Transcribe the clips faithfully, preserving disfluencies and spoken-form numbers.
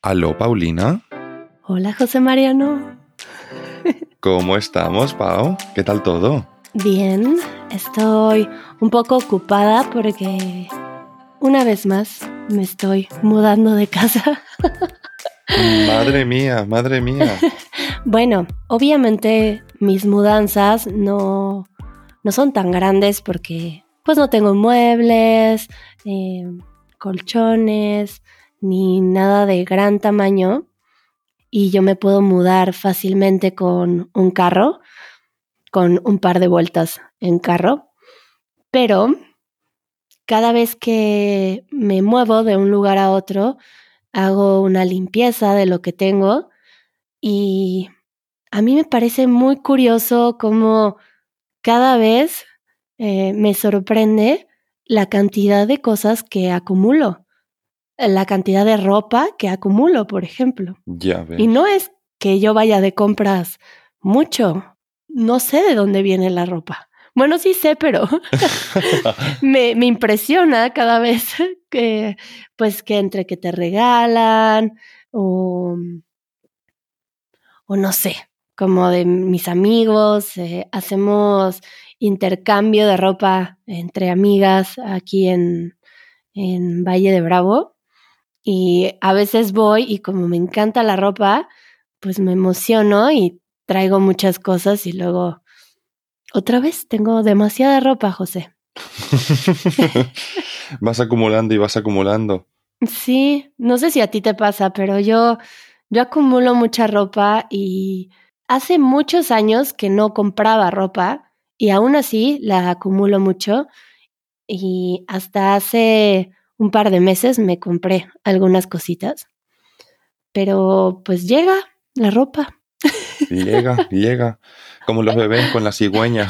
Aló, Paulina. Hola, José Mariano. ¿Cómo estamos, Pau? ¿Qué tal todo? Bien, estoy un poco ocupada porque una vez más me estoy mudando de casa. Madre mía, madre mía. Bueno, obviamente mis mudanzas no, no son tan grandes porque pues no tengo muebles, eh, colchones, ni nada de gran tamaño. Y yo me puedo mudar fácilmente con un carro, con un par de vueltas en carro. Pero cada vez que me muevo de un lugar a otro, hago una limpieza de lo que tengo y a mí me parece muy curioso cómo cada vez eh, me sorprende la cantidad de cosas que acumulo, la cantidad de ropa que acumulo, por ejemplo. Ya ves. Y no es que yo vaya de compras mucho, no sé de dónde viene la ropa. Bueno, sí sé, pero me, me impresiona cada vez que, pues, que entre que te regalan o, o no sé, como de mis amigos, eh, hacemos intercambio de ropa entre amigas aquí en, en Valle de Bravo y a veces voy y como me encanta la ropa, pues me emociono y traigo muchas cosas y luego otra vez tengo demasiada ropa, José. Vas acumulando y vas acumulando. Sí, no sé si a ti te pasa, pero yo, yo acumulo mucha ropa y hace muchos años que no compraba ropa y aún así la acumulo mucho y hasta hace un par de meses me compré algunas cositas, pero pues llega la ropa. Llega, llega. Como los bebés con la cigüeña.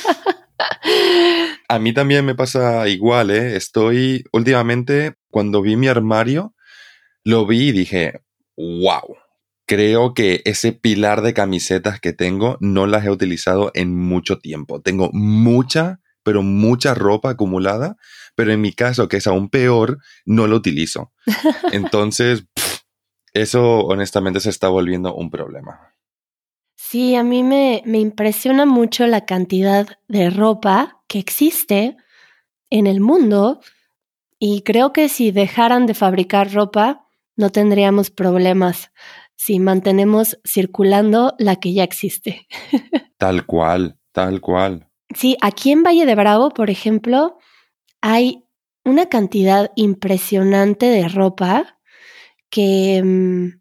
A mí también me pasa igual, ¿eh? Estoy, últimamente, cuando vi mi armario, lo vi y dije, wow. Creo que ese pilar de camisetas que tengo no las he utilizado en mucho tiempo. Tengo mucha, pero mucha ropa acumulada, pero en mi caso, que es aún peor, no lo utilizo. Entonces, pff, eso honestamente se está volviendo un problema. Sí, a mí me, me impresiona mucho la cantidad de ropa que existe en el mundo y creo que si dejaran de fabricar ropa no tendríamos problemas si mantenemos circulando la que ya existe. Tal cual, tal cual. Sí, aquí en Valle de Bravo, por ejemplo, hay una cantidad impresionante de ropa que, mm,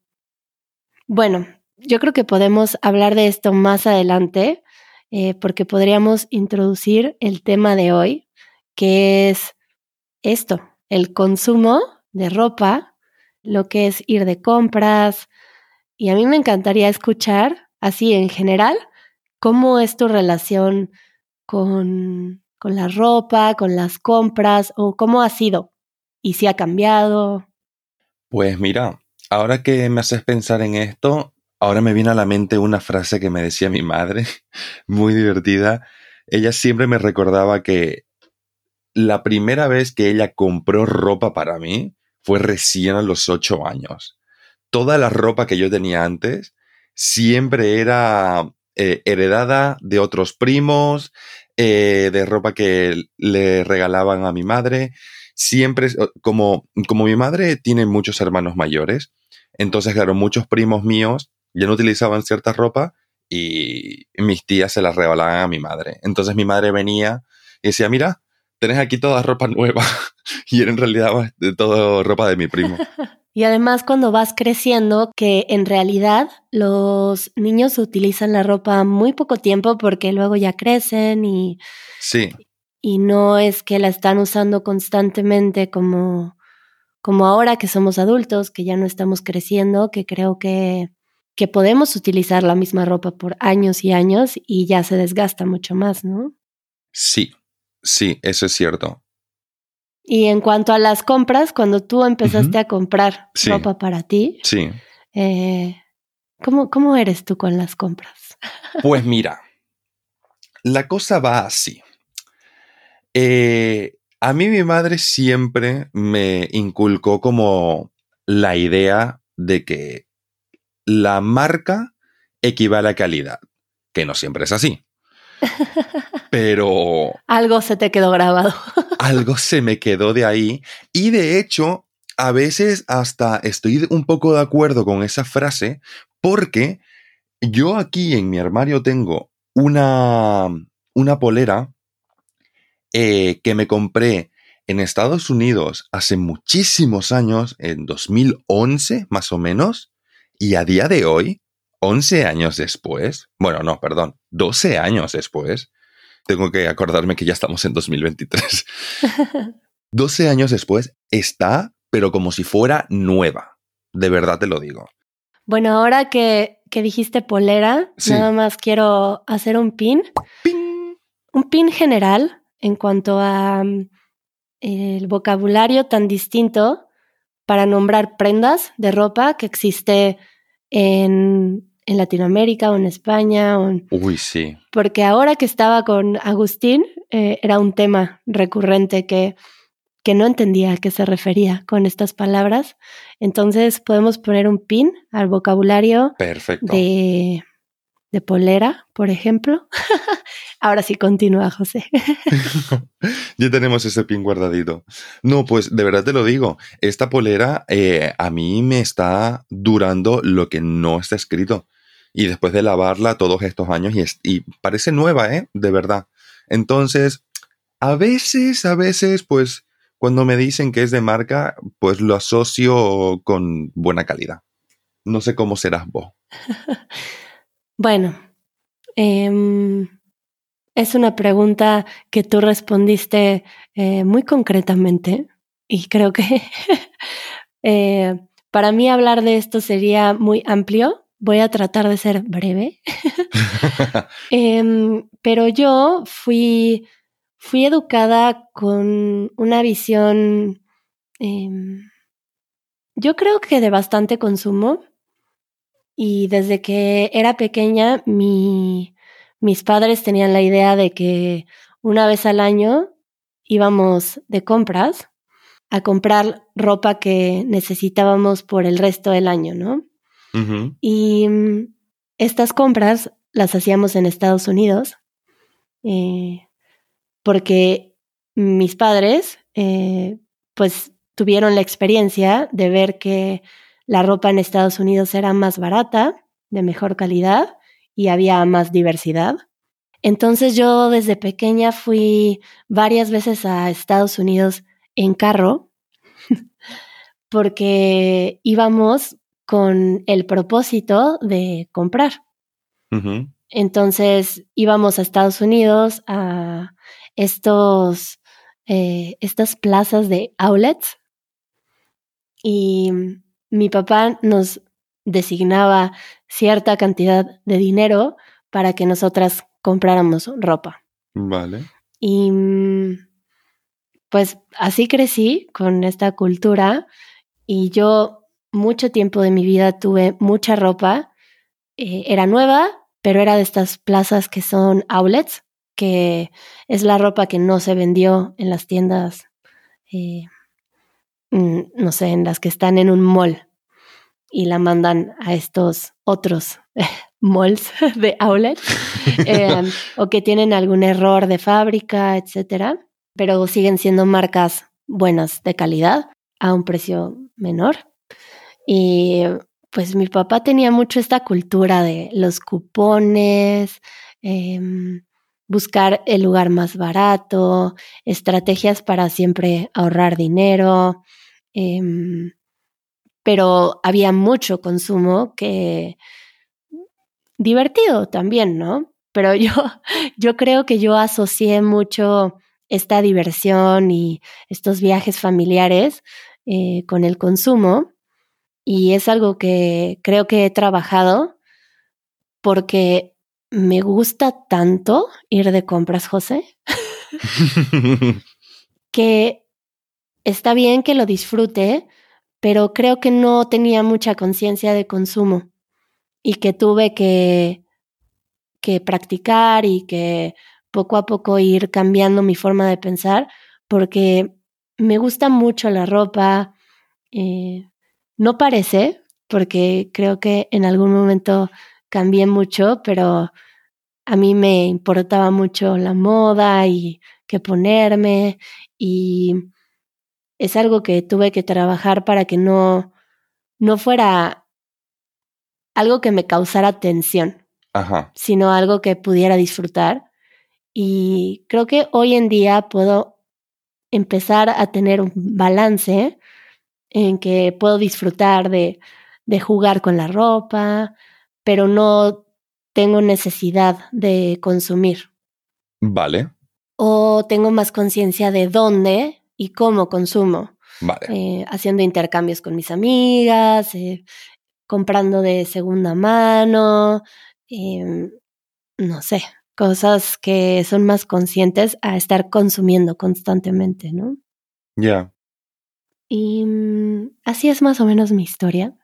bueno, yo creo que podemos hablar de esto más adelante, eh, porque podríamos introducir el tema de hoy, que es esto, el consumo de ropa, lo que es ir de compras. Y a mí me encantaría escuchar, así en general, cómo es tu relación con, con la ropa, con las compras, o cómo ha sido, y si ha cambiado. Pues mira, ahora que me haces pensar en esto, ahora me viene a la mente una frase que me decía mi madre, muy divertida. Ella siempre me recordaba que la primera vez que ella compró ropa para mí fue recién a los ocho años. Toda la ropa que yo tenía antes siempre era eh, heredada de otros primos, eh, de ropa que le regalaban a mi madre. Siempre, como, como mi madre tiene muchos hermanos mayores, entonces, claro, muchos primos míos ya no utilizaban cierta ropa y mis tías se las regalaban a mi madre. Entonces mi madre venía y decía, mira, tenés aquí toda ropa nueva. Y era en realidad todo ropa de mi primo. Y además cuando vas creciendo, que en realidad los niños utilizan la ropa muy poco tiempo porque luego ya crecen y, Sí, y no es que la están usando constantemente como, como ahora que somos adultos, que ya no estamos creciendo, que creo que, que podemos utilizar la misma ropa por años y años y ya se desgasta mucho más, ¿no? sí, sí, eso es cierto. Y en cuanto a las compras, cuando tú empezaste Ujú. a comprar Sí, ropa para ti, sí. eh, ¿cómo, ¿cómo eres tú con las compras? Pues mira, la cosa va así. Eh, a mí mi madre siempre me inculcó como la idea de que la marca equivale a calidad, que no siempre es así. Pero algo se te quedó grabado. Algo se me quedó de ahí y de hecho a veces hasta estoy un poco de acuerdo con esa frase porque yo aquí en mi armario tengo una, una polera eh, que me compré en Estados Unidos hace muchísimos años, en dos mil once más o menos, y a día de hoy, once años después, bueno, no, perdón, doce años después, tengo que acordarme que ya estamos en dos mil veintitrés, doce años después está, pero como si fuera nueva, de verdad te lo digo. Bueno, ahora que, que dijiste polera, Sí. Nada más quiero hacer un pin. ¡Ping! Un pin general en cuanto a um, el vocabulario tan distinto para nombrar prendas de ropa que existe en, en Latinoamérica o en España. O en, Uy, sí. Porque ahora que estaba con Agustín, eh, era un tema recurrente que, que no entendía a qué se refería con estas palabras. Entonces podemos poner un pin al vocabulario Perfecto. de, de polera, por ejemplo. Ahora sí continúa, José. Ya tenemos ese pin guardadito. No, pues de verdad te lo digo. Esta polera eh, a mí me está durando lo que no está escrito. Y después de lavarla todos estos años y, es, y parece nueva, ¿eh? De verdad. Entonces, a veces, a veces, pues, cuando me dicen que es de marca, pues lo asocio con buena calidad. No sé cómo serás vos. Bueno, eh, es una pregunta que tú respondiste eh, muy concretamente y creo que eh, para mí hablar de esto sería muy amplio. Voy a tratar de ser breve. eh, pero yo fui, fui educada con una visión, eh, yo creo que de bastante consumo. Y desde que era pequeña, mi, mis padres tenían la idea de que una vez al año íbamos de compras a comprar ropa que necesitábamos por el resto del año, ¿no? Uh-huh. Y um, estas compras las hacíamos en Estados Unidos eh, porque mis padres eh, pues tuvieron la experiencia de ver que la ropa en Estados Unidos era más barata, de mejor calidad y había más diversidad. Entonces yo desde pequeña fui varias veces a Estados Unidos en carro porque íbamos con el propósito de comprar. Uh-huh. Entonces íbamos a Estados Unidos a estos, eh, estas plazas de outlets y mi papá nos designaba cierta cantidad de dinero para que nosotras compráramos ropa. Vale. Y pues así crecí con esta cultura y yo mucho tiempo de mi vida tuve mucha ropa. Eh, era nueva, pero era de estas plazas que son outlets, que es la ropa que no se vendió en las tiendas, eh, no sé, en las que están en un mall y la mandan a estos otros eh, malls de outlet eh, o que tienen algún error de fábrica, etcétera, pero siguen siendo marcas buenas de calidad a un precio menor. Y pues mi papá tenía mucho esta cultura de los cupones, eh, buscar el lugar más barato, estrategias para siempre ahorrar dinero, eh, pero había mucho consumo que divertido también, ¿no? Pero yo, yo creo que yo asocié mucho esta diversión y estos viajes familiares eh, con el consumo. Y es algo que creo que he trabajado porque me gusta tanto ir de compras, José, que está bien que lo disfrute, pero creo que no tenía mucha conciencia de consumo y que tuve que, que practicar y que poco a poco ir cambiando mi forma de pensar porque me gusta mucho la ropa. Eh, no parece porque creo que en algún momento cambié mucho, pero a mí me importaba mucho la moda y qué ponerme, y es algo que tuve que trabajar para que no, no fuera algo que me causara tensión, Ajá. sino algo que pudiera disfrutar. Y creo que hoy en día puedo empezar a tener un balance en que puedo disfrutar de, de jugar con la ropa, pero no tengo necesidad de consumir. Vale, O tengo más conciencia de dónde y cómo consumo, vale. eh, haciendo intercambios con mis amigas, eh, comprando de segunda mano, eh, no sé, cosas que son más conscientes a estar consumiendo constantemente, ¿no? Ya. Yeah. Y mm, así es más o menos mi historia.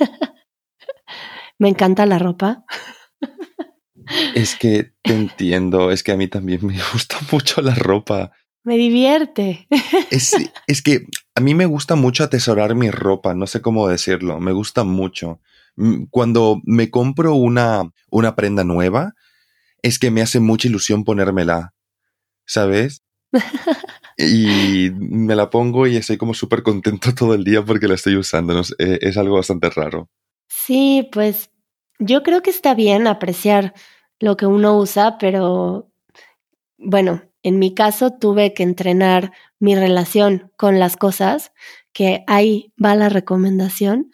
Me encanta la ropa. Es que te entiendo, es que a mí también me gusta mucho la ropa. Me divierte. Es, es que a mí me gusta mucho atesorar mi ropa, no sé cómo decirlo, me gusta mucho. Cuando me compro una, una prenda nueva, es que me hace mucha ilusión ponérmela, ¿sabes? Y me la pongo y estoy como súper contento todo el día porque la estoy usando, ¿no? es, es algo bastante raro. Sí, pues yo creo que está bien apreciar lo que uno usa, pero bueno, en mi caso tuve que entrenar mi relación con las cosas, que ahí va la recomendación.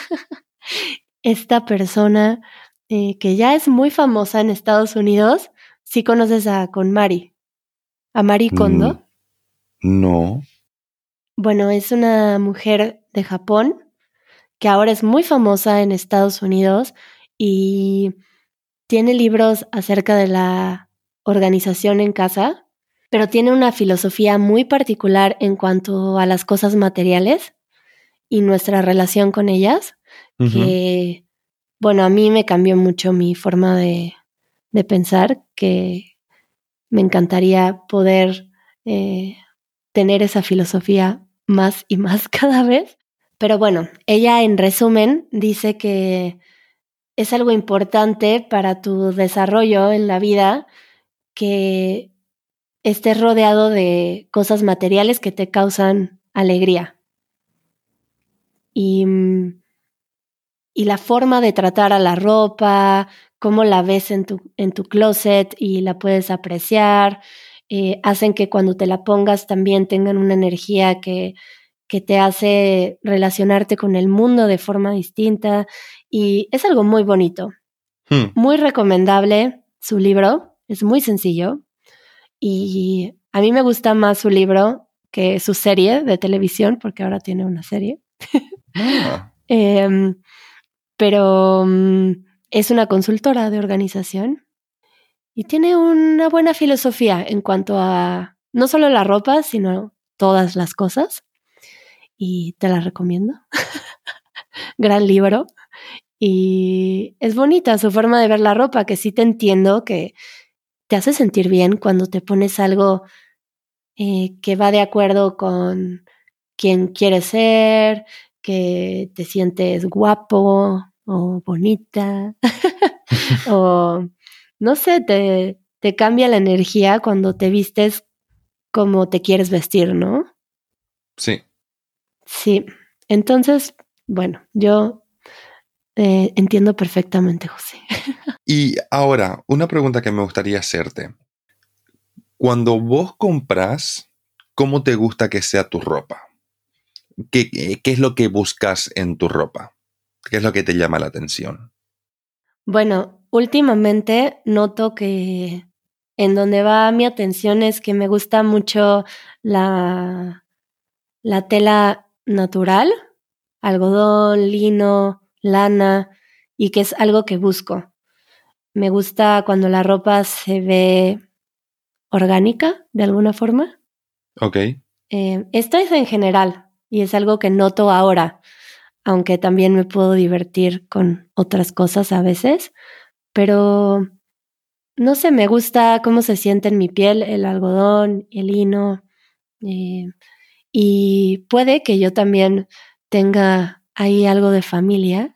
Esta persona eh, que ya es muy famosa en Estados Unidos, ¿sí conoces a KonMari? ¿A Marie Mm, Kondo? no. Bueno, es una mujer de Japón que ahora es muy famosa en Estados Unidos y tiene libros acerca de la organización en casa, pero tiene una filosofía muy particular en cuanto a las cosas materiales y nuestra relación con ellas, Uh-huh. que, bueno, a mí me cambió mucho mi forma de, de pensar, que me encantaría poder eh, tener esa filosofía más y más cada vez. Pero bueno, ella en resumen dice que es algo importante para tu desarrollo en la vida que estés rodeado de cosas materiales que te causan alegría. Y, y la forma de tratar a la ropa, cómo la ves en tu, en tu closet y la puedes apreciar, eh, hacen que cuando te la pongas también tengan una energía que, que te hace relacionarte con el mundo de forma distinta. Y es algo muy bonito. Hmm. Muy recomendable su libro, es muy sencillo y a mí me gusta más su libro que su serie de televisión, porque ahora tiene una serie. Ah. eh, pero um, es una consultora de organización y tiene una buena filosofía en cuanto a no solo la ropa, sino todas las cosas. Y te la recomiendo. Gran libro. Y es bonita su forma de ver la ropa, que sí te entiendo que te hace sentir bien cuando te pones algo eh, que va de acuerdo con quien quieres ser, que te sientes guapo o bonita, o no sé, te, te cambia la energía cuando te vistes como te quieres vestir, ¿no? Sí. Sí. Entonces, bueno, yo eh, entiendo perfectamente, José. Y ahora, una pregunta que me gustaría hacerte. Cuando vos compras, ¿cómo te gusta que sea tu ropa? ¿Qué, qué es lo que buscas en tu ropa? ¿Qué es lo que te llama la atención? Bueno, últimamente noto que en donde va mi atención es que me gusta mucho la, la tela natural, algodón, lino, lana, y que es algo que busco. Me gusta cuando la ropa se ve orgánica, de alguna forma. Ok. Eh, esto es en general, y es algo que noto ahora, aunque también me puedo divertir con otras cosas a veces, pero no sé, me gusta cómo se siente en mi piel el algodón, el lino, eh, y puede que yo también tenga hay algo de familia,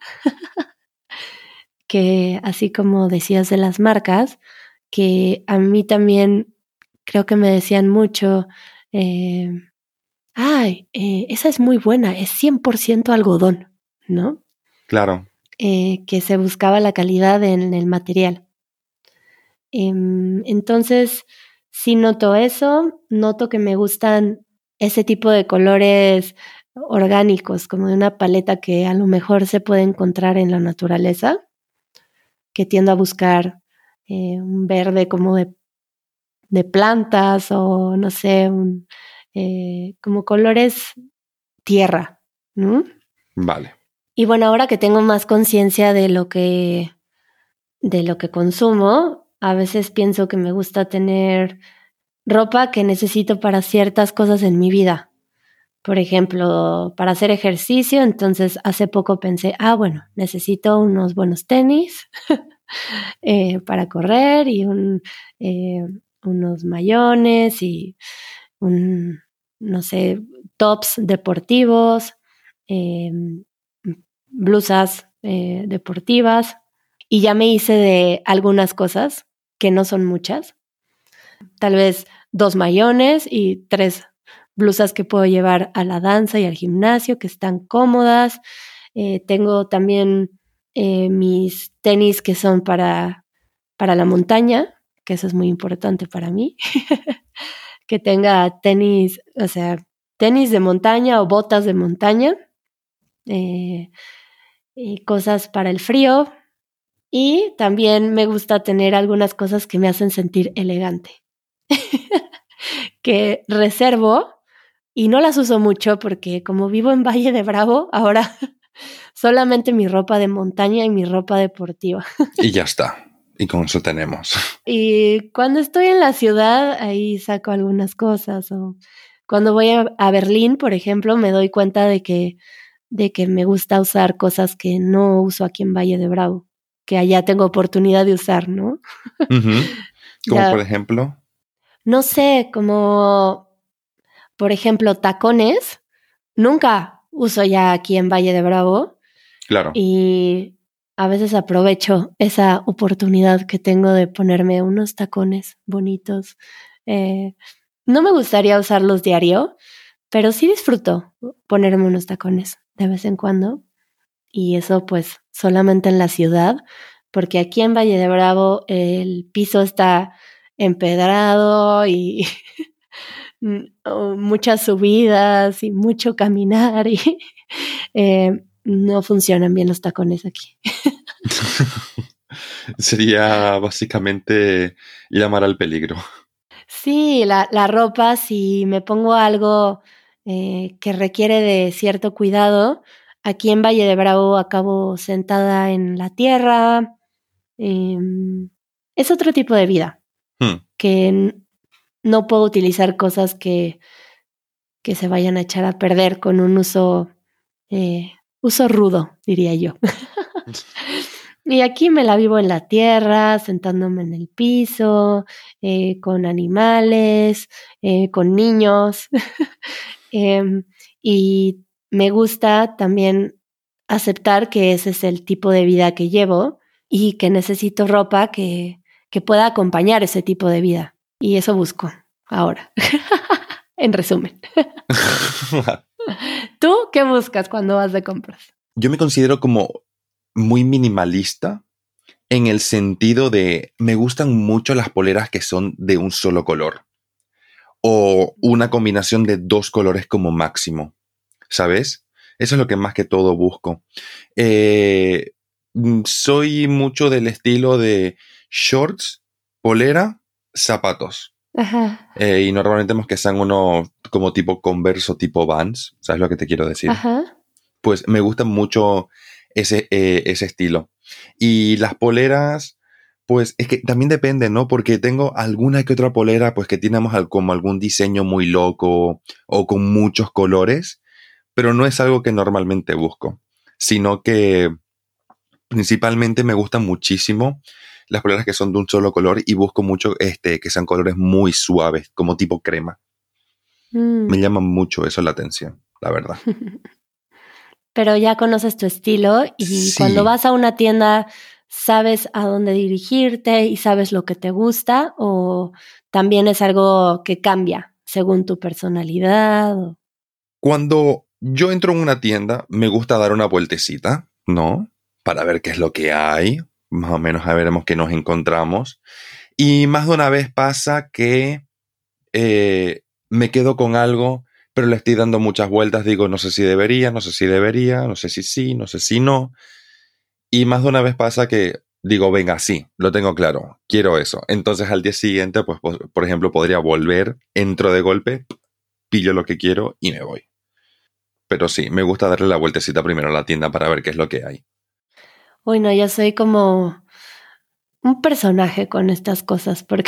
que así como decías de las marcas, que a mí también creo que me decían mucho, eh, ay, eh, esa es muy buena, es cien por ciento algodón, ¿no? Claro. Eh, que se buscaba la calidad en el material. Eh, entonces, sí noto eso, noto que me gustan ese tipo de colores orgánicos, como de una paleta que a lo mejor se puede encontrar en la naturaleza, que tiendo a buscar eh, un verde como de, de plantas o no sé, un, eh, como colores tierra, ¿no? Vale. Y bueno, ahora que tengo más conciencia de lo que de lo que consumo, a veces pienso que me gusta tener ropa que necesito para ciertas cosas en mi vida. Por ejemplo, para hacer ejercicio, entonces hace poco pensé, ah, bueno, necesito unos buenos tenis eh, para correr y un, eh, unos mayones y un, no sé, tops deportivos, eh, blusas eh, deportivas. Y ya me hice de algunas cosas, que no son muchas. Tal vez dos mayones y tres blusas que puedo llevar a la danza y al gimnasio, que están cómodas. Eh, tengo también eh, mis tenis que son para, para la montaña, que eso es muy importante para mí. Que tenga tenis, o sea, tenis de montaña o botas de montaña. Eh, y cosas para el frío. Y también me gusta tener algunas cosas que me hacen sentir elegante, que reservo y no las uso mucho porque como vivo en Valle de Bravo, ahora solamente mi ropa de montaña y mi ropa deportiva. Y ya está. Y con eso tenemos. Y cuando estoy en la ciudad, ahí saco algunas cosas. O cuando voy a, a Berlín, por ejemplo, me doy cuenta de que, de que me gusta usar cosas que no uso aquí en Valle de Bravo, que allá tengo oportunidad de usar, ¿no? Uh-huh. Como por Ya, ejemplo. no sé, como por ejemplo tacones, nunca uso ya aquí en Valle de Bravo Claro. y a veces aprovecho esa oportunidad que tengo de ponerme unos tacones bonitos. Eh, no me gustaría usarlos diario, pero sí disfruto ponerme unos tacones de vez en cuando y eso pues solamente en la ciudad, porque aquí en Valle de Bravo el piso está empedrado y muchas subidas y mucho caminar y eh, no funcionan bien los tacones aquí. Sería básicamente llamar al peligro. Sí, la, la ropa, si me pongo algo eh, que requiere de cierto cuidado, aquí en Valle de Bravo acabo sentada en la tierra. Eh, es otro tipo de vida, Hmm. que n- no puedo utilizar cosas que, que se vayan a echar a perder con un uso, eh, uso rudo, diría yo. Y aquí me la vivo en la tierra, sentándome en el piso, eh, con animales, eh, con niños. Em, y me gusta también aceptar que ese es el tipo de vida que llevo y que necesito ropa que, que pueda acompañar ese tipo de vida. Y eso busco ahora, en resumen. ¿Tú qué buscas cuando vas de compras? Yo me considero como muy minimalista en el sentido de me gustan mucho las poleras que son de un solo color o una combinación de dos colores como máximo, ¿sabes? Eso es lo que más que todo busco. Eh, soy mucho del estilo de shorts, polera, zapatos. Ajá, Eh, y normalmente tenemos que sean uno como tipo Converse o tipo Vans, ¿sabes lo que te quiero decir? ajá. Pues me gusta mucho ese, eh, ese estilo. Y las poleras, pues es que también depende, ¿no? Porque tengo alguna que otra polera, pues que tenemos al- como algún diseño muy loco o con muchos colores, pero no es algo que normalmente busco, sino que principalmente me gustan muchísimo las poleras que son de un solo color y busco mucho este, que sean colores muy suaves, como tipo crema. Me Mm. llama mucho eso la atención, la verdad. pero ya conoces tu estilo y Sí. cuando vas a una tienda sabes a dónde dirigirte y sabes lo que te gusta, o también es algo que cambia según tu personalidad. O... Cuando yo entro en una tienda, me gusta dar una vueltecita, ¿no? Para ver qué es lo que hay. Más o menos a veremos qué nos encontramos. Y más de una vez pasa que eh, me quedo con algo, pero le estoy dando muchas vueltas. Digo, no sé si debería, no sé si debería, no sé si sí, no sé si no. Y más de una vez pasa que digo, venga, sí, lo tengo claro, quiero eso. Entonces al día siguiente, pues, pues por ejemplo, podría volver, entro de golpe, pillo lo que quiero y me voy. Pero sí, me gusta darle la vueltecita primero a la tienda para ver qué es lo que hay. Uy, no, yo soy como un personaje con estas cosas porque,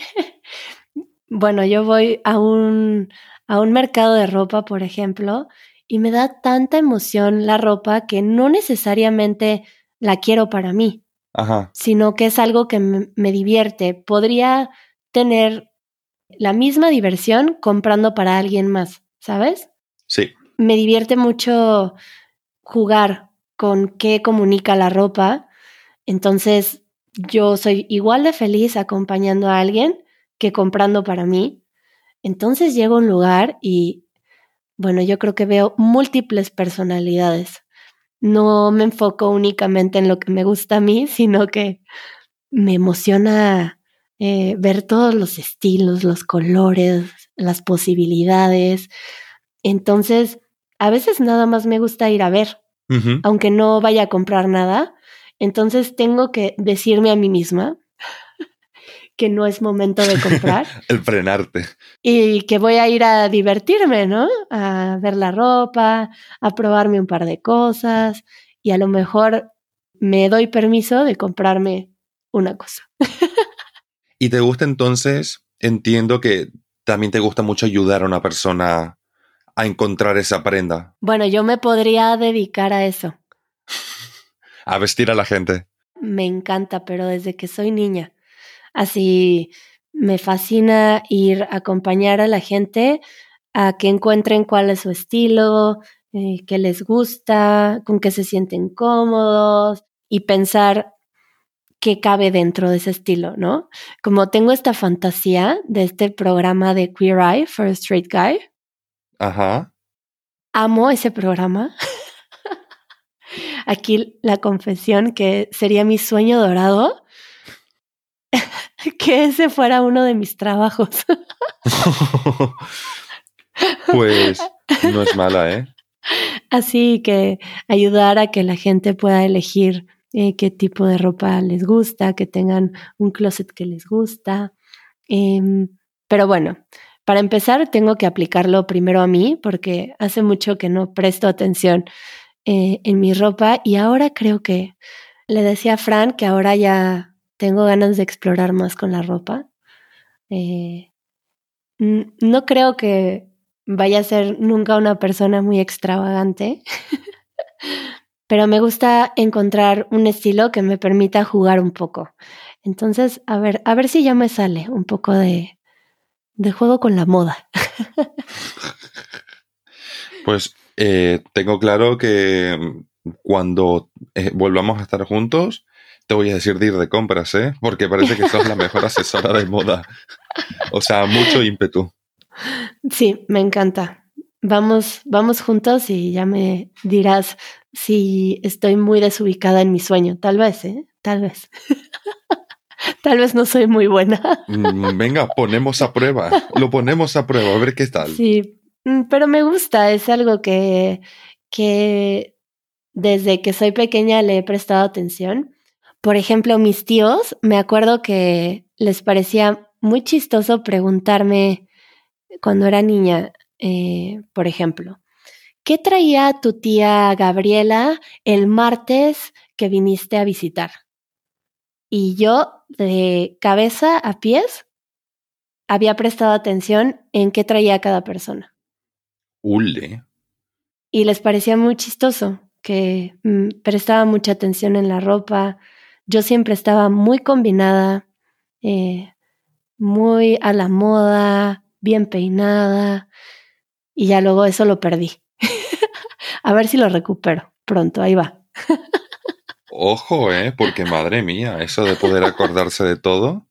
bueno, yo voy a un, a un mercado de ropa, por ejemplo, y me da tanta emoción la ropa que no necesariamente la quiero para mí, Ajá, sino que es algo que me, me divierte. Podría tener la misma diversión comprando para alguien más, ¿sabes? sí. Me divierte mucho jugar con qué comunica la ropa. Entonces, yo soy igual de feliz acompañando a alguien que comprando para mí. Entonces llego a un lugar y, bueno, yo creo que veo múltiples personalidades. No me enfoco únicamente en lo que me gusta a mí, sino que me emociona eh, ver todos los estilos, los colores, las posibilidades. Entonces, a veces nada más me gusta ir a ver, Ujú. aunque no vaya a comprar nada. Entonces tengo que decirme a mí misma que no es momento de comprar El frenarte. y que voy a ir a divertirme, ¿no? A ver la ropa, a probarme un par de cosas y a lo mejor me doy permiso de comprarme una cosa. ¿Y te gusta entonces? Entiendo que también te gusta mucho ayudar a una persona a encontrar esa prenda, Bueno, yo me podría dedicar a eso. a vestir a la gente. Me encanta, pero desde que soy niña. Así me fascina ir a acompañar a la gente a que encuentren cuál es su estilo, eh, qué les gusta, con qué se sienten cómodos y pensar qué cabe dentro de ese estilo, ¿no? Como tengo esta fantasía de este programa de Queer Eye for a Straight Guy, Ajá. amo ese programa. Aquí la confesión que sería mi sueño dorado que ese fuera uno de mis trabajos. Pues no es mala, ¿eh? Así que ayudar a que la gente pueda elegir eh, qué tipo de ropa les gusta, que tengan un closet que les gusta. Eh, pero bueno, para empezar tengo que aplicarlo primero a mí porque hace mucho que no presto atención eh, en mi ropa y ahora creo que le decía a Fran que ahora ya tengo ganas de explorar más con la ropa. Eh, no creo que vaya a ser nunca una persona muy extravagante, pero me gusta encontrar un estilo que me permita jugar un poco. Entonces, a ver, a ver si ya me sale un poco de, de juego con la moda. Pues eh, tengo claro que cuando eh, volvamos a estar juntos, te voy a decir de ir de compras, ¿eh? Porque parece que sos la mejor asesora de moda. O sea, mucho ímpetu. Sí, me encanta. Vamos, vamos juntos y ya me dirás si estoy muy desubicada en mi sueño. Tal vez, ¿eh? Tal vez. Tal vez no soy muy buena. Mm, venga, ponemos a prueba. Lo ponemos a prueba, a ver qué tal. Sí, pero me gusta. Es algo que, que desde que soy pequeña le he prestado atención. Por ejemplo, mis tíos, me acuerdo que les parecía muy chistoso preguntarme cuando era niña, eh, por ejemplo, ¿qué traía tu tía Gabriela el martes que viniste a visitar? Y yo, de cabeza a pies, había prestado atención en qué traía cada persona. Ule. Y les parecía muy chistoso que mm, prestaba mucha atención en la ropa. Yo siempre estaba muy combinada, eh, muy a la moda, bien peinada, y ya luego eso lo perdí. A ver si lo recupero pronto, ahí va. Ojo, ¿eh? Porque madre mía, eso de poder acordarse de todo.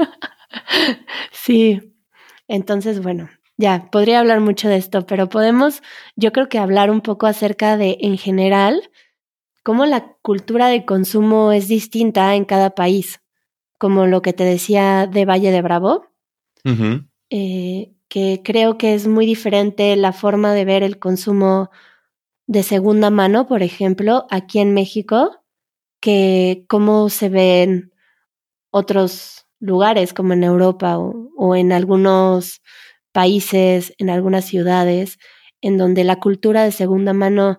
Sí, entonces, bueno, ya, podría hablar mucho de esto, pero podemos, yo creo que hablar un poco acerca de, en general, cómo la cultura de consumo es distinta en cada país, como lo que te decía de Valle de Bravo, Uh-huh. eh, que creo que es muy diferente la forma de ver el consumo de segunda mano, por ejemplo, aquí en México, que cómo se ve en otros lugares, como en Europa o, o en algunos países, en algunas ciudades, en donde la cultura de segunda mano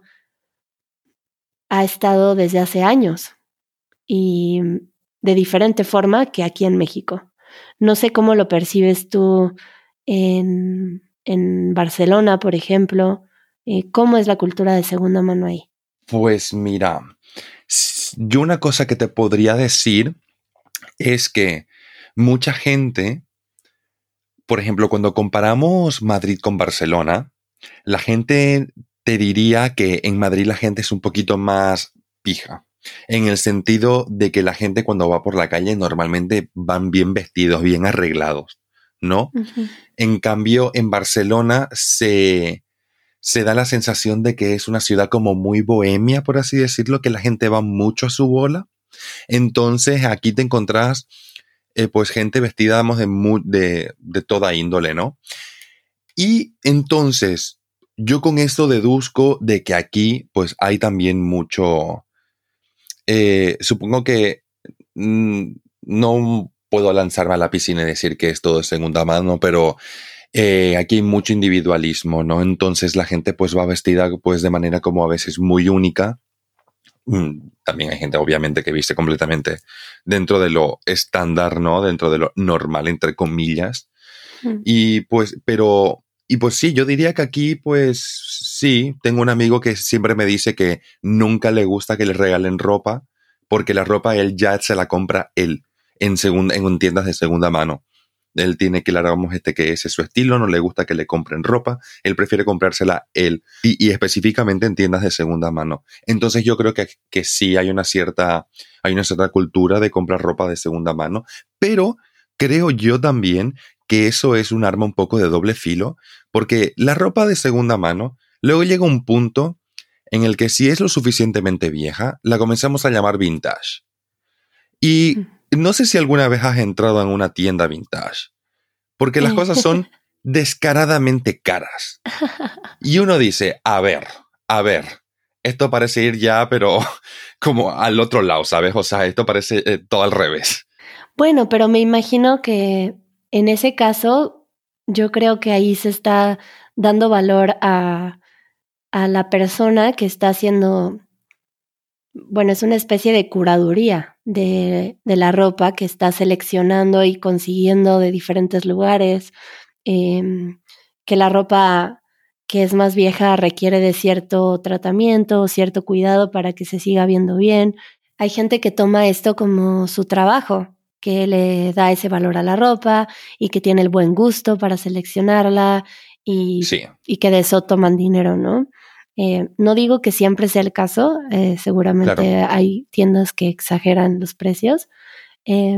ha estado desde hace años y de diferente forma que aquí en México. No sé cómo lo percibes tú en, en Barcelona, por ejemplo. Eh, ¿Cómo es la cultura de segunda mano ahí? Pues mira, s- yo una cosa que te podría decir es que mucha gente, por ejemplo, cuando comparamos Madrid con Barcelona, la gente te diría que en Madrid la gente es un poquito más pija, en el sentido de que la gente cuando va por la calle normalmente van bien vestidos, bien arreglados, ¿no? Uh-huh. En cambio, en Barcelona se, se da la sensación de que es una ciudad como muy bohemia, por así decirlo, que la gente va mucho a su bola. Entonces aquí te encontrás eh, pues gente vestida digamos, de, mu- de, de toda índole, ¿no? Y entonces yo con esto deduzco de que aquí pues hay también mucho, eh, supongo que mm, no puedo lanzarme a la piscina y decir que es todo de segunda mano, pero eh, aquí hay mucho individualismo, ¿no? Entonces la gente pues va vestida pues de manera como a veces muy única. Mm, También hay gente obviamente que viste completamente dentro de lo estándar, ¿no? Dentro de lo normal, entre comillas. Uh-huh. Y pues, pero, y pues sí, yo diría que aquí, pues sí, tengo un amigo que siempre me dice que nunca le gusta que le regalen ropa, porque la ropa él ya se la compra él en, segunda, en tiendas de segunda mano. Él tiene claro, vamos, este, que ese es su estilo, no le gusta que le compren ropa, él prefiere comprársela él y, y específicamente en tiendas de segunda mano. Entonces yo creo que, que sí hay una cierta, hay una cierta cultura de comprar ropa de segunda mano, pero creo yo también que eso es un arma un poco de doble filo, porque la ropa de segunda mano luego llega un punto en el que si es lo suficientemente vieja, la comenzamos a llamar vintage. Y no sé si alguna vez has entrado en una tienda vintage, porque las Eh. cosas son descaradamente caras. Y uno dice, a ver, a ver, esto parece ir ya, pero como al otro lado, ¿sabes? O sea, esto parece eh, todo al revés. Bueno, pero me imagino que en ese caso, yo creo que ahí se está dando valor a, a la persona que está haciendo, bueno, es una especie de curaduría de, de la ropa que está seleccionando y consiguiendo de diferentes lugares, eh, que la ropa que es más vieja requiere de cierto tratamiento, cierto cuidado para que se siga viendo bien. Hay gente que toma esto como su trabajo, que le da ese valor a la ropa y que tiene el buen gusto para seleccionarla y, Sí, y que de eso toman dinero, ¿no? Eh, no digo que siempre sea el caso, eh, claro. seguramente hay tiendas que exageran los precios, eh,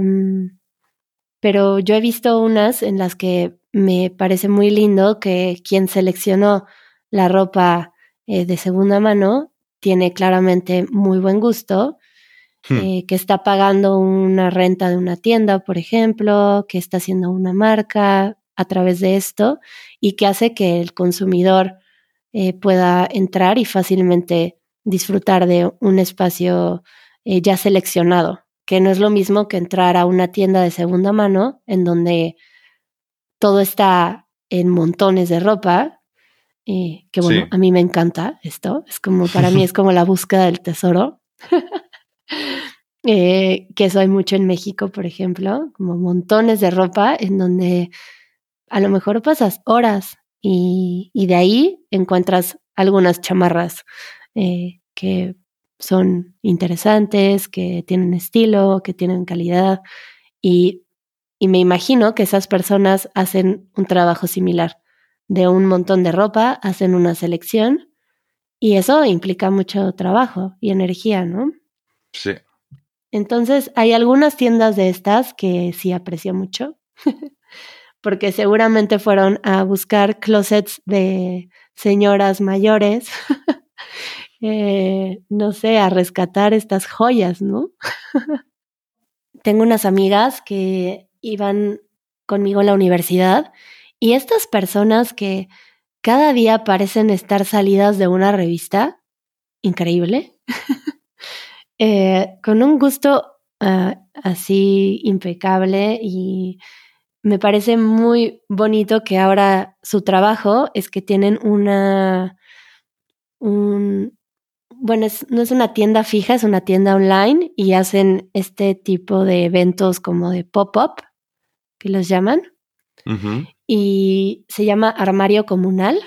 pero yo he visto unas en las que me parece muy lindo que quien seleccionó la ropa eh, de segunda mano tiene claramente muy buen gusto, Hmm, eh, que está pagando una renta de una tienda, por ejemplo, que está haciendo una marca a través de esto y que hace que el consumidor eh, pueda entrar y fácilmente disfrutar de un espacio eh, ya seleccionado, que no es lo mismo que entrar a una tienda de segunda mano en donde todo está en montones de ropa, eh, que bueno, sí. a mí me encanta esto, es como, para mí es como la búsqueda del tesoro, eh, que eso hay mucho en México, por ejemplo, como montones de ropa en donde a lo mejor pasas horas y, y de ahí encuentras algunas chamarras eh, que son interesantes, que tienen estilo, que tienen calidad y, y me imagino que esas personas hacen un trabajo similar. De un montón de ropa, hacen una selección Y eso implica mucho trabajo y energía, ¿no? Sí. Entonces, hay algunas tiendas de estas que sí aprecio mucho, porque seguramente fueron a buscar closets de señoras mayores, eh, no sé, a rescatar estas joyas, ¿no? Tengo unas amigas que iban conmigo en la universidad y estas personas que cada día parecen estar salidas de una revista, increíble, eh, con un gusto uh, así impecable, y me parece muy bonito que ahora su trabajo es que tienen una, un, bueno, es, no es una tienda fija, es una tienda online y hacen este tipo de eventos como de pop-up, que los llaman, Uh-huh. y se llama Armario Comunal,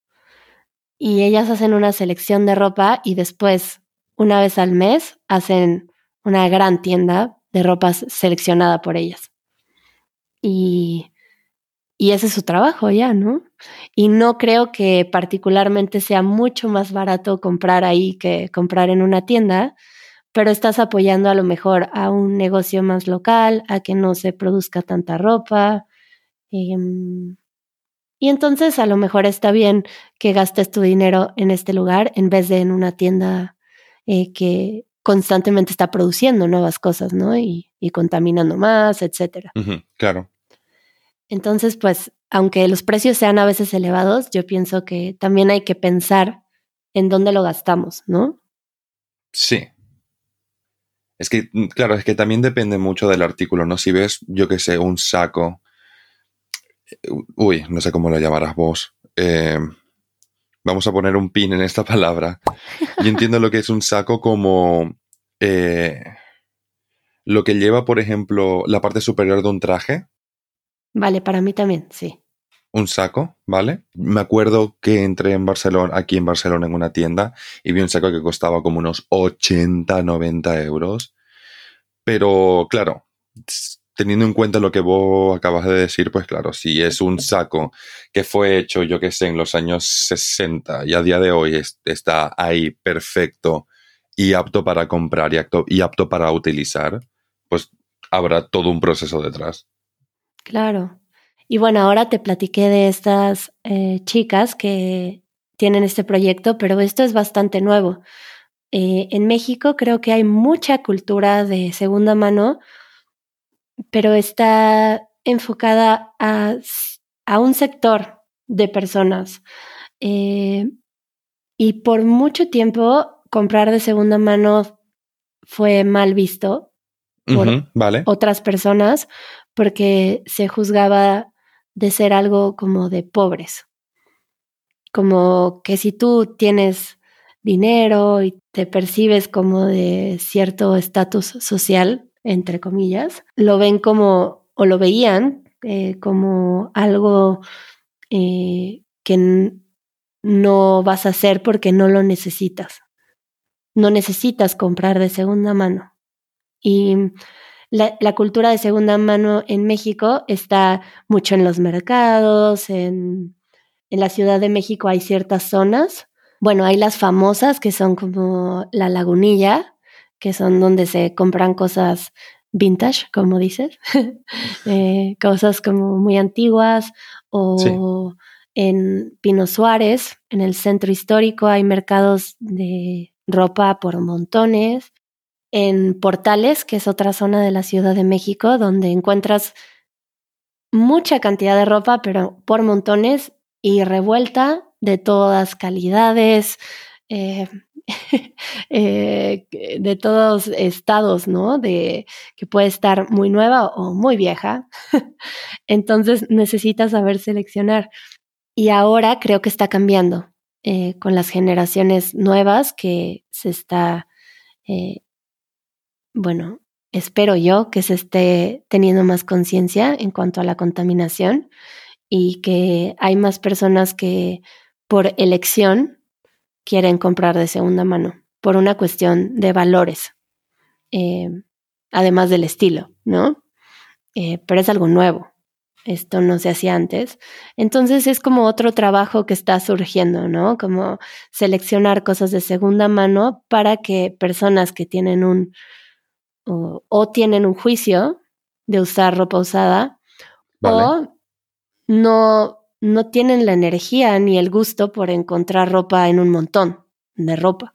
y ellas hacen una selección de ropa y después, una vez al mes, hacen una gran tienda de ropa seleccionada por ellas. Y, y ese es su trabajo ya, ¿no? Y no creo que particularmente sea mucho más barato comprar ahí que comprar en una tienda, pero estás apoyando a lo mejor a un negocio más local, a que no se produzca tanta ropa. Eh, y entonces a lo mejor está bien que gastes tu dinero en este lugar en vez de en una tienda eh, que constantemente está produciendo nuevas cosas, ¿no? Y, y contaminando más, etcétera. Uh-huh. Claro. Entonces, pues, aunque los precios sean a veces elevados, yo pienso que también hay que pensar en dónde lo gastamos, ¿no? Sí. Es que, claro, es que también depende mucho del artículo, ¿no? Si ves, yo qué sé, un saco, uy, no sé cómo lo llamarás vos, eh, vamos a poner un pin en esta palabra. Yo entiendo lo que es un saco como eh, lo que lleva, por ejemplo, la parte superior de un traje. Vale, para mí también, sí. Un saco, ¿vale? Me acuerdo que entré en Barcelona, aquí en Barcelona, en una tienda y vi un saco que costaba como unos ochenta, noventa euros. Pero, claro, teniendo en cuenta lo que vos acabas de decir, pues claro, si es un saco que fue hecho, yo qué sé, en los años sesenta y a día de hoy es, está ahí perfecto y apto para comprar y apto, y apto para utilizar, pues habrá todo un proceso detrás. Claro. Y bueno, ahora te platiqué de estas eh, chicas que tienen este proyecto, pero esto es bastante nuevo. Eh, en México creo que hay mucha cultura de segunda mano, pero está enfocada a, a un sector de personas. Eh, y por mucho tiempo comprar de segunda mano fue mal visto por Uh-huh, vale. otras personas porque se juzgaba de ser algo como de pobres. Como que si tú tienes dinero y te percibes como de cierto estatus social, entre comillas, lo ven como, o lo veían eh, como algo eh, que n- no vas a hacer porque no lo necesitas. No necesitas comprar de segunda mano. Y la, la cultura de segunda mano en México está mucho en los mercados, en en la Ciudad de México hay ciertas zonas. Bueno, hay las famosas que son como la Lagunilla, que son donde se compran cosas vintage, como dices, eh, cosas como muy antiguas, Sí. o en Pino Suárez, en el centro histórico, hay mercados de ropa por montones. En Portales, que es otra zona de la Ciudad de México, donde encuentras mucha cantidad de ropa, pero por montones y revuelta de todas calidades, eh, eh, de todos estados, ¿no? De que puede estar muy nueva o muy vieja. Entonces necesitas saber seleccionar. Y ahora creo que está cambiando eh, con las generaciones nuevas que se está, eh, bueno, espero yo que se esté teniendo más conciencia en cuanto a la contaminación, y que hay más personas que por elección quieren comprar de segunda mano, por una cuestión de valores, eh, además del estilo, ¿no? Eh, pero es algo nuevo. Esto no se hacía antes. Entonces es como otro trabajo que está surgiendo, ¿no? Como seleccionar cosas de segunda mano para que personas que tienen un o, o tienen un juicio de usar ropa usada Vale. o no, no tienen la energía ni el gusto por encontrar ropa en un montón de ropa.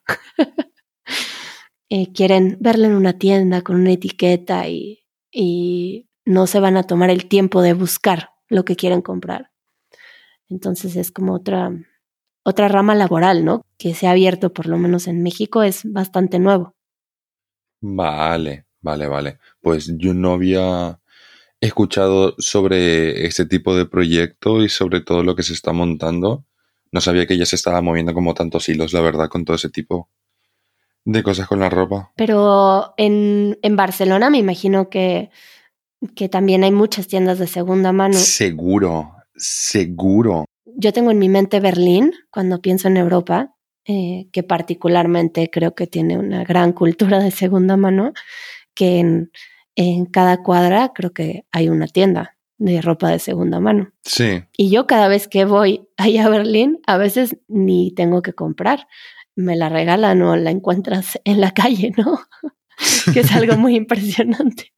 eh, quieren verla en una tienda con una etiqueta y, y no se van a tomar el tiempo de buscar lo que quieren comprar. Entonces es como otra, otra rama laboral, ¿no? Que se ha abierto, por lo menos en México, es bastante nuevo. Vale, vale, vale. Pues yo no había escuchado sobre este tipo de proyecto y sobre todo lo que se está montando. No sabía que ya se estaba moviendo como tantos hilos, la verdad, con todo ese tipo de cosas con la ropa. Pero en, en Barcelona me imagino que, que también hay muchas tiendas de segunda mano. Seguro, seguro. Yo tengo en mi mente Berlín cuando pienso en Europa, eh, que particularmente creo que tiene una gran cultura de segunda mano, que en, en cada cuadra creo que hay una tienda de ropa de segunda mano. Sí. Y yo cada vez que voy allá a Berlín, a veces ni tengo que comprar. Me la regalan o la encuentras en la calle, ¿no? Que es algo muy impresionante.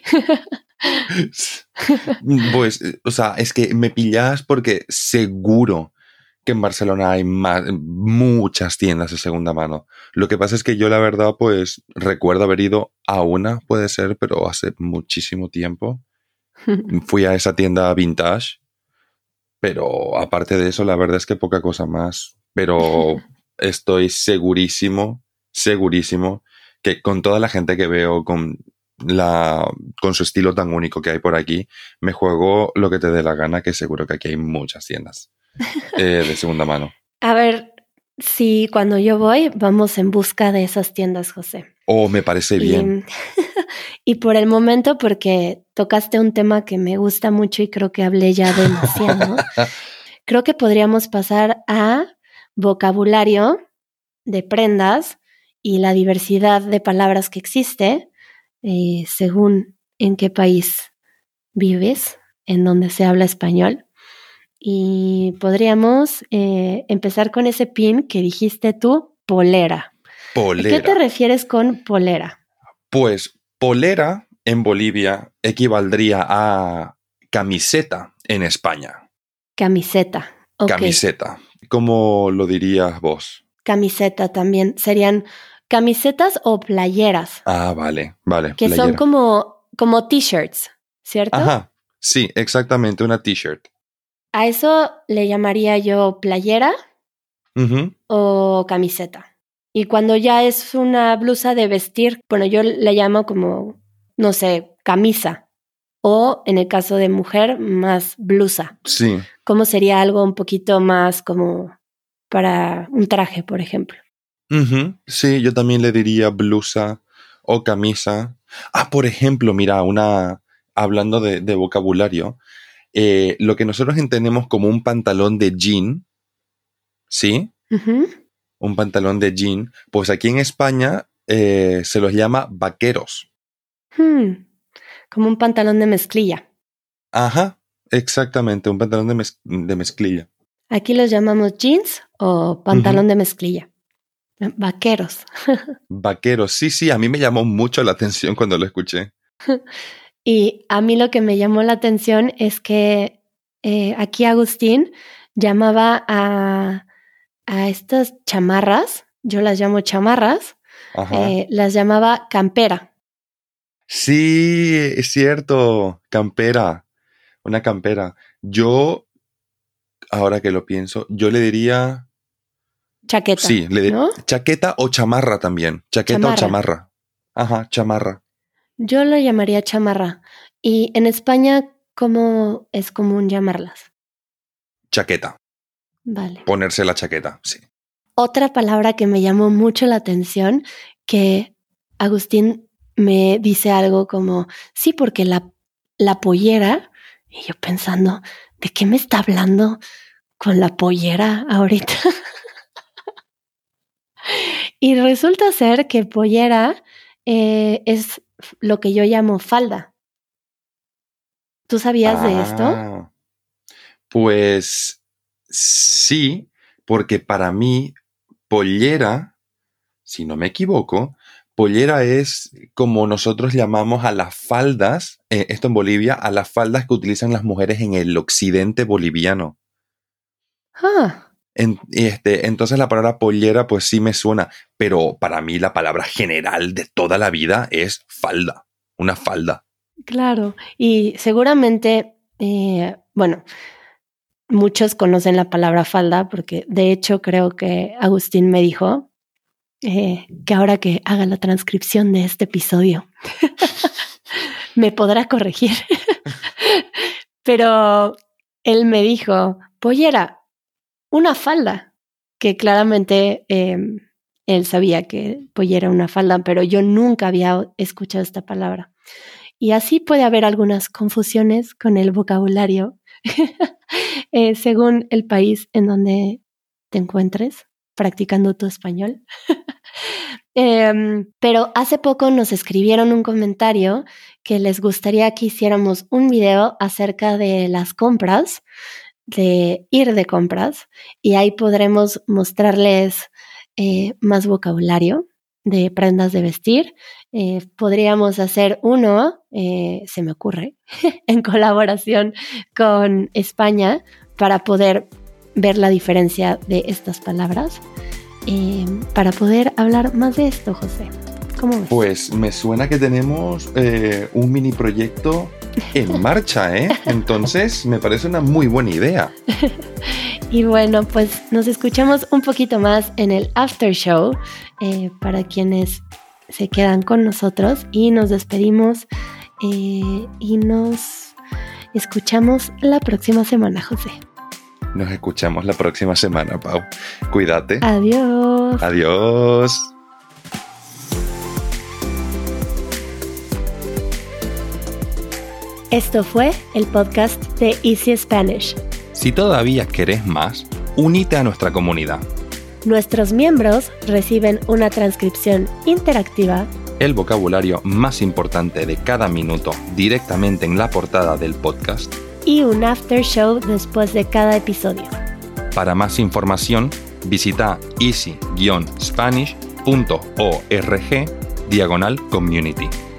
Pues, o sea, es que me pillas porque seguro que en Barcelona hay más, muchas tiendas de segunda mano. Lo que pasa es que yo la verdad, pues recuerdo haber ido a una, puede ser, pero hace muchísimo tiempo. Fui a esa tienda vintage, pero aparte de eso, la verdad es que poca cosa más. Pero estoy segurísimo, segurísimo, que con toda la gente que veo, con la, con su estilo tan único que hay por aquí, me juego lo que te dé la gana, que seguro que aquí hay muchas tiendas eh, de segunda mano. A ver, si cuando yo voy, vamos en busca de esas tiendas, José. Oh, me parece Y, bien. y por el momento, porque tocaste un tema que me gusta mucho y creo que hablé ya demasiado, creo que podríamos pasar a vocabulario de prendas y la diversidad de palabras que existe eh, según en qué país vives, en donde se habla español. Y podríamos eh, empezar con ese pin que dijiste tú, polera. ¿A qué te Polera. refieres con polera? Pues polera en Bolivia equivaldría a camiseta en España. Camiseta. Ok. Camiseta. ¿Cómo lo dirías vos? Camiseta también. Serían camisetas o playeras, Ah, vale, vale, que son playera. como, como t-shirts, ¿cierto? Ajá, sí, exactamente, una t-shirt. A eso le llamaría yo playera Ujú. o camiseta. Y cuando ya es una blusa de vestir, bueno, yo le llamo como, no sé, camisa. O en el caso de mujer, más blusa. Sí. ¿Cómo sería algo un poquito más como para un traje, por ejemplo? Ujú. Sí, yo también le diría blusa o camisa. Ah, por ejemplo, mira, una, hablando de, de vocabulario, eh, lo que nosotros entendemos como un pantalón de jean, ¿sí? Uh-huh. Un pantalón de jean, pues aquí en España eh, se los llama vaqueros. Hmm. Como un pantalón de mezclilla. Ajá, exactamente, un pantalón de, mez- de mezclilla. Aquí los llamamos jeans o pantalón Ujú. de mezclilla. Vaqueros. Vaqueros, sí, sí, a mí me llamó mucho la atención cuando lo escuché. Y a mí lo que me llamó la atención es que eh, aquí Agustín llamaba a, a estas chamarras, yo las llamo chamarras, Ajá. eh, las llamaba campera. Sí, es cierto, campera, una campera. Yo, ahora que lo pienso, yo le diría, Chaqueta, sí, le di- ¿no? chaqueta o chamarra también, chaqueta o Chamarra. chamarra. Ajá, chamarra, Yo lo llamaría chamarra. Y en España, ¿cómo es común llamarlas? chaqueta, Vale. ponerse la chaqueta, sí. Otra palabra que me llamó mucho la atención, que Agustín me dice algo como, sí, porque la, la pollera, y yo pensando, ¿de qué me está hablando con la pollera ahorita? Y resulta ser que pollera eh, es lo que yo llamo falda. ¿Tú sabías ah, de esto? Pues sí, porque para mí pollera, si no me equivoco, pollera es como nosotros llamamos a las faldas, eh, esto en Bolivia, a las faldas que utilizan las mujeres en el occidente boliviano. Ah. En, este, entonces la palabra pollera pues sí me suena, pero para mí la palabra general de toda la vida es falda, una falda. Claro, y seguramente, eh, bueno, muchos conocen la palabra falda porque de hecho creo que Agustín me dijo eh, que ahora que haga la transcripción de este episodio me podrá corregir. Pero él me dijo, pollera, una falda, que claramente eh, él sabía que pollera era una falda, pero yo nunca había escuchado esta palabra. Y así puede haber algunas confusiones con el vocabulario eh, según el país en donde te encuentres practicando tu español. eh, pero hace poco nos escribieron un comentario que les gustaría que hiciéramos un video acerca de las compras, de ir de compras, y ahí podremos mostrarles eh, más vocabulario de prendas de vestir. Eh, podríamos hacer uno, eh, se me ocurre, en colaboración con España para poder ver la diferencia de estas palabras, eh, para poder hablar más de esto, José. ¿Cómo ves? Pues me suena que tenemos eh, un mini proyecto en marcha, ¿eh? Entonces me parece una muy buena idea. Y bueno, pues nos escuchamos un poquito más en el after show eh, para quienes se quedan con nosotros, y nos despedimos eh, y nos escuchamos la próxima semana, José. Nos escuchamos la próxima semana, Pau. Cuídate. Adiós. Adiós. Esto fue el podcast de Easy Spanish. Si todavía querés más, únete a nuestra comunidad. Nuestros miembros reciben una transcripción interactiva, el vocabulario más importante de cada minuto directamente en la portada del podcast y un after show después de cada episodio. Para más información, visita easy spanish punto org diagonal community.